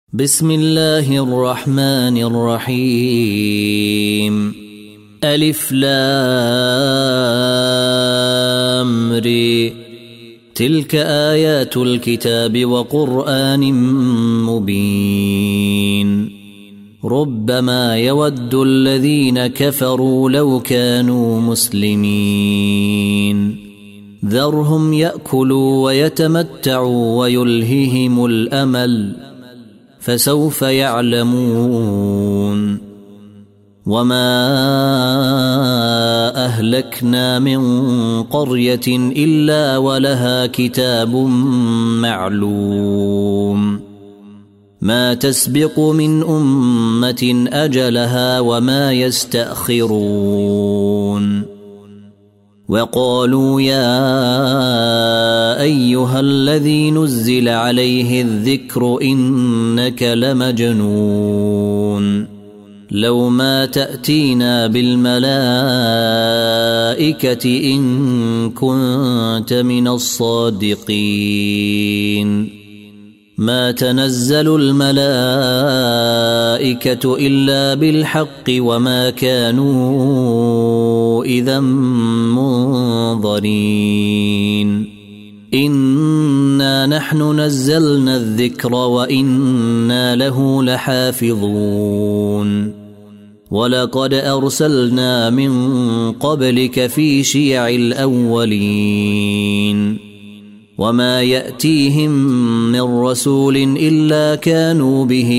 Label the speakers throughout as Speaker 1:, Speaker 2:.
Speaker 1: بسم الله الرحمن الرحيم. ألف لام ر. تلك آيات الكتاب وقرآن مبين. ربما يود الذين كفروا لو كانوا مسلمين. ذرهم يأكلوا ويتمتعوا ويلههم الأمل فسوف يعلمون. وما أهلكنا من قرية إلا ولها كتاب معلوم ما تسبق من أمة أجلها وما يستأخرون. وقالوا يا أيها الذي نزل عليه الذكر إنك لمجنون لو ما تأتينا بالملائكة إن كنت من الصادقين. ما تنزل الملائكة إلا بالحق وما كانوا إذا منظرين. إنا نحن نزلنا الذكر وإنا له لحافظون. ولقد أرسلنا من قبلك في شيع الأولين وما يأتيهم من رسول إلا كانوا به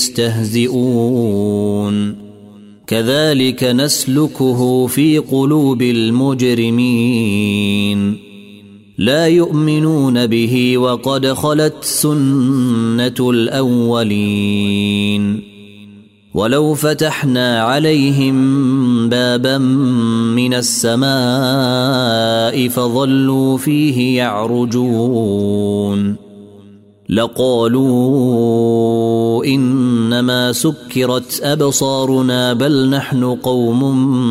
Speaker 1: يستهزئون. كذلك نسلكه في قلوب المجرمين. لا يؤمنون به وقد خلت سنة الأولين. ولو فتحنا عليهم بابا من السماء فظلوا فيه يعرجون لقالوا إنما سكرت أبصارنا بل نحن قوم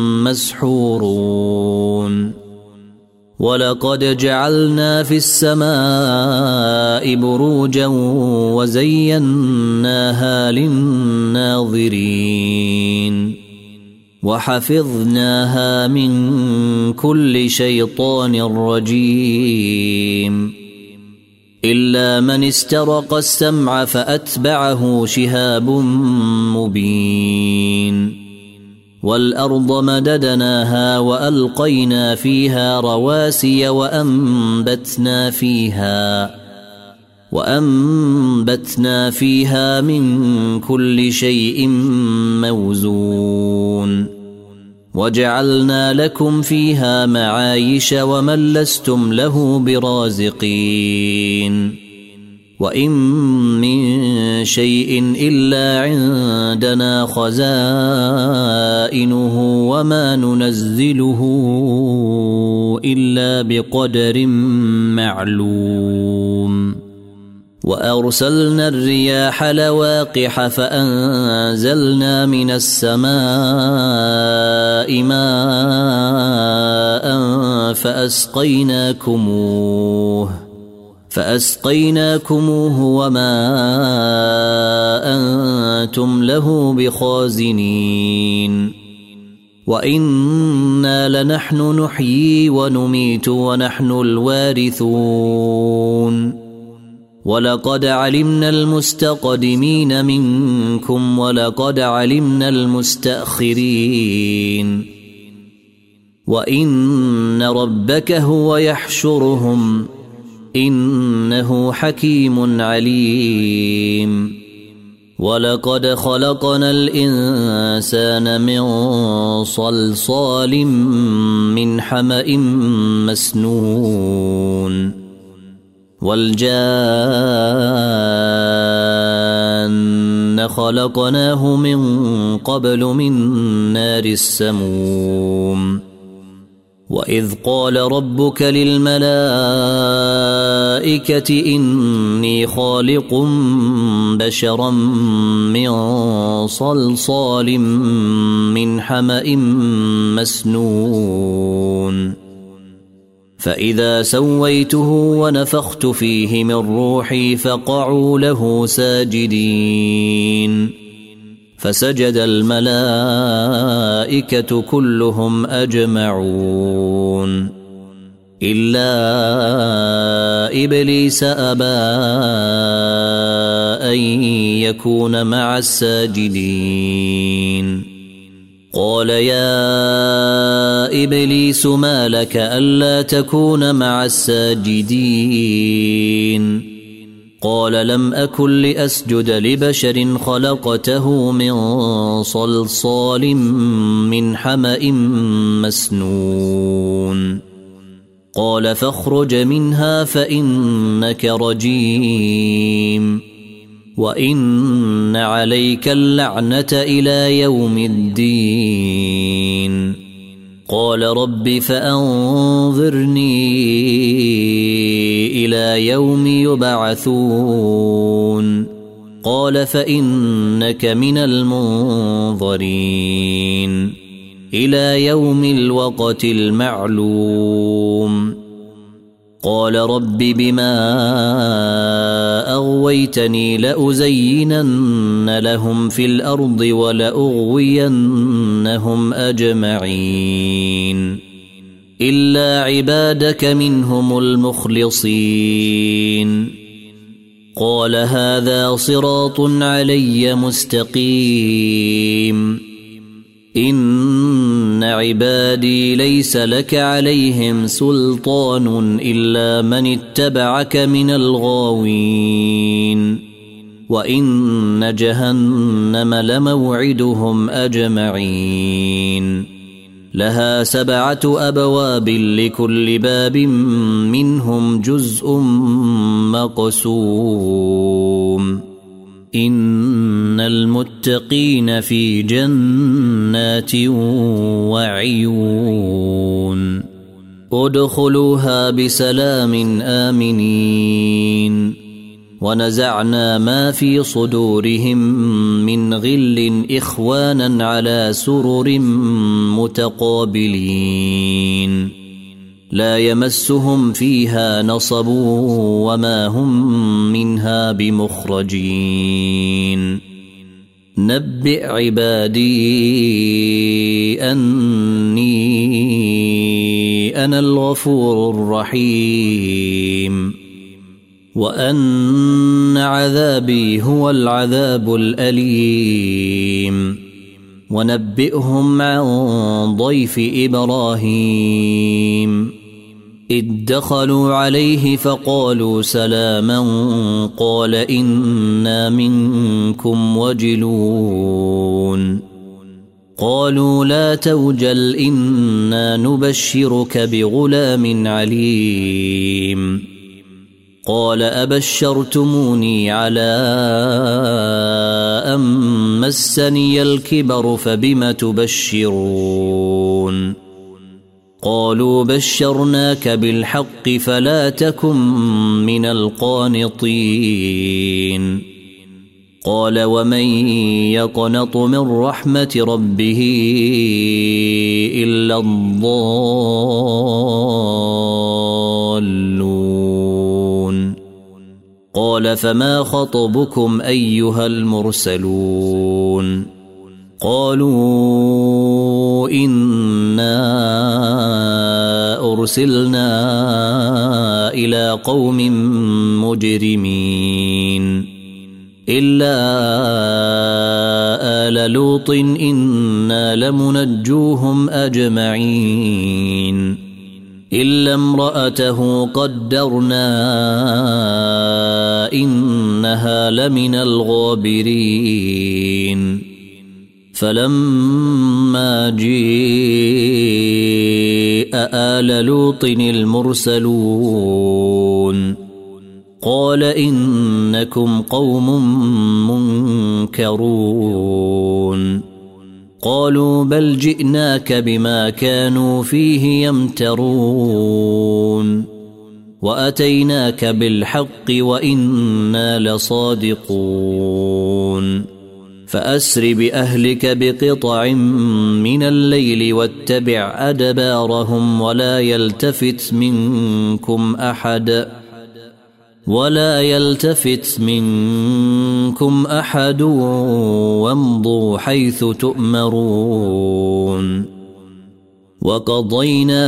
Speaker 1: مسحورون. ولقد جعلنا في السماء بروجا وزيناها للناظرين وحفظناها من كل شيطان رجيم إلا من استرق السمع فأتبعه شهاب مبين. والأرض مددناها وألقينا فيها رواسي وأنبتنا فيها من كل شيء موزون. وجعلنا لكم فيها معايش ومن لستم له برازقين. وإن من شيء إلا عندنا خزائنه وما ننزله إلا بقدر معلوم. وأرسلنا الرياح لواقح فأنزلنا من السماء ماء فأسقيناكموه وما أنتم له بخازنين. وإنا لنحن نحيي ونميت ونحن الوارثون. ولقد علمنا المستقدمين منكم ولقد علمنا المستأخرين. وإن ربك هو يحشرهم إنه حكيم عليم. ولقد خلقنا الإنسان من صلصال من حمأ مسنون. والجان خلقناه من قبل من نار السموم. وإذ قال ربك للملائكة إني خالق بشرا من صلصال من حمأ مسنون فإذا سويته ونفخت فيه من روحي فقعوا له ساجدين فسجد الملائكة كلهم أجمعون إلا إبليس أبى أن يكون مع الساجدين قال يا إبليس ما لك ألا تكون مع الساجدين قال لم أكن لأسجد لبشر خلقته من صلصال من حمأ مسنون قال فاخرج منها فإنك رجيم وإن عليك اللعنة إلى يوم الدين قال رب فأنظرني إلى يوم يبعثون قال فإنك من المنظرين إلى يوم الوقت المعلوم قال رب بما أغويتني لأزينن لهم في الأرض ولأغوينهم أجمعين إلا عبادك منهم المخلصين قال هذا صراط علي مستقيم إن عبادي ليس لك عليهم سلطان إلا من اتبعك من الغاوين وإن جهنم لموعدهم أجمعين لها 7 أبواب لكل باب منهم جزء مقسوم إن المتقين في جنات وعيون ادخلوها بسلام آمنين ونزعنا ما في صدورهم من غل إخوانا على سرر متقابلين لا يمسهم فيها نصب وما هم منها بمخرجين نبئ عبادي أني أنا الغفور الرحيم وأن عذابي هو العذاب الأليم ونبئهم عن ضيف إبراهيم إذ دخلوا عليه فقالوا سلاما قال إنا منكم وجلون قالوا لا توجل إنا نبشرك بغلام عليم قال أبشرتموني على أن مسني الكبر فبم تبشرون قالوا بشرناك بالحق فلا تكن من القانطين قال ومن يقنط من رحمة ربه إلا الضالون قال فما خطبكم أيها المرسلون قالوا إنا أرسلنا إلى قوم مجرمين إلا آل لوط إنا لمنجوهم أجمعين إلا امرأته قدرنا إنها لمن الغابرين فلما جيء آل لوط المرسلون قال إنكم قوم منكرون قالوا بل جئناك بما كانوا فيه يمترون وأتيناك بالحق وإنا لصادقون فأسر بأهلك بقطع من الليل واتبع أدبارهم ولا يلتفت منكم أحد وامضوا حيث تؤمرون وقضينا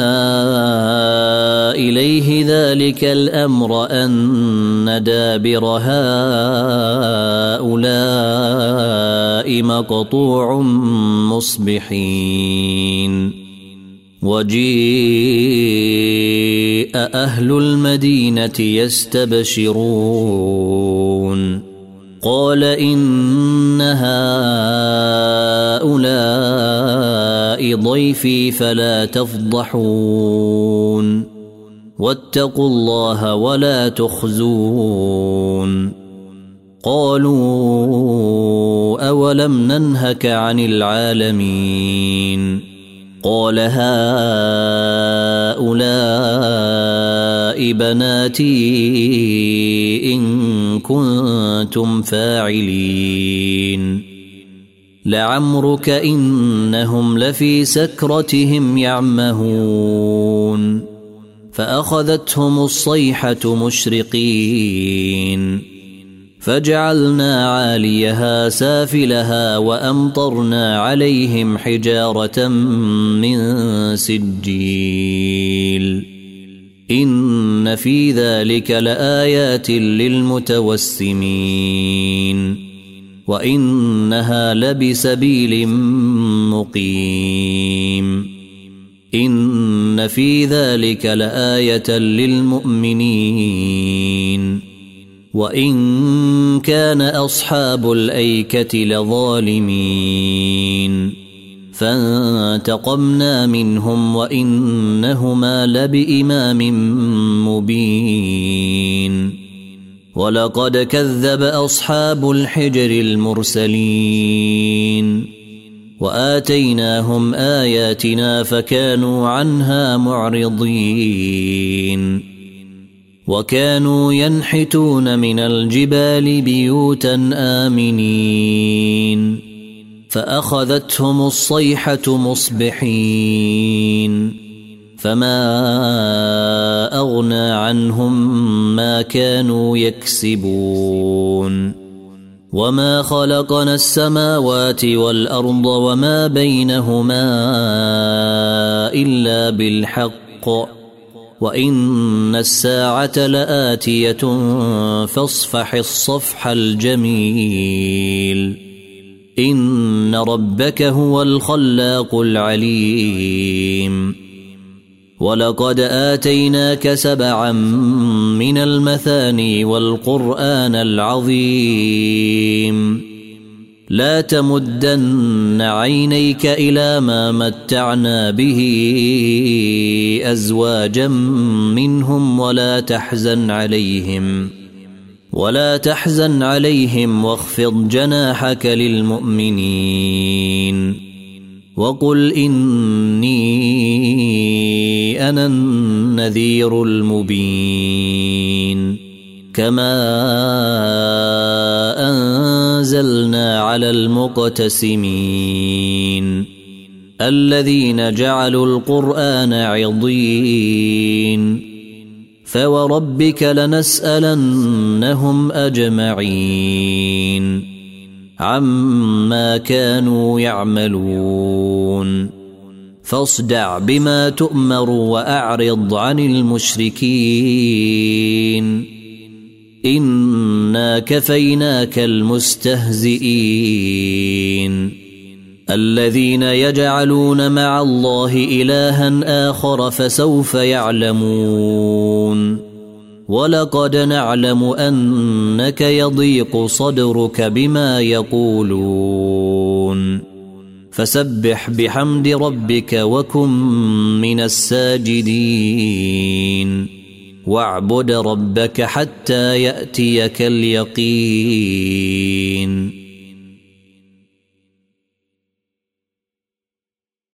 Speaker 1: إليه ذلك الأمر أن دابر هؤلاء مقطوع مصبحين وجيء أهل المدينة يستبشرون قال إن هؤلاء ضيفي فلا تفضحون واتقوا الله ولا تخزون قالوا أولم ننهك عن العالمين قال هؤلاء بناتي إن كنتم فاعلين لعمرك إنهم لفي سكرتهم يعمهون فأخذتهم الصيحة مشرقين فجعلنا عاليها سافلها وأمطرنا عليهم حجارة من سجيل إن في ذلك لآيات للمتوسمين وإنها لبسبيل مقيم إن في ذلك لآية للمؤمنين وإن كان أصحاب الأيكة لظالمين فانتقمنا منهم وإنهما لبإمام مبين ولقد كذب أصحاب الحجر المرسلين وآتيناهم آياتنا فكانوا عنها معرضين وكانوا ينحتون من الجبال بيوتا آمنين فأخذتهم الصيحة مصبحين فما أغنى عنهم ما كانوا يكسبون وما خلقنا السماوات والأرض وما بينهما إلا بالحق وإن الساعة لآتية فاصفح الصفح الجميل إن ربك هو الخلاق العليم ولقد آتيناك 7 من المثاني والقرآن العظيم لا تمدن عينيك إلى ما متعنا به أزواجا منهم ولا تحزن عليهم واخفض جناحك للمؤمنين وقل إني أنا النذير المبين كما أنزلنا على المقتسمين الذين جعلوا القرآن عضين فوربك لنسألنهم أجمعين عما كانوا يعملون فاصدع بما تؤمر وأعرض عن المشركين إنا كفيناك المستهزئين الذين يجعلون مع الله إلها آخر فسوف يعلمون ولقد نعلم أنك يضيق صدرك بما يقولون فسبح بحمد ربك وكن من الساجدين واعبد ربك حتى يأتيك اليقين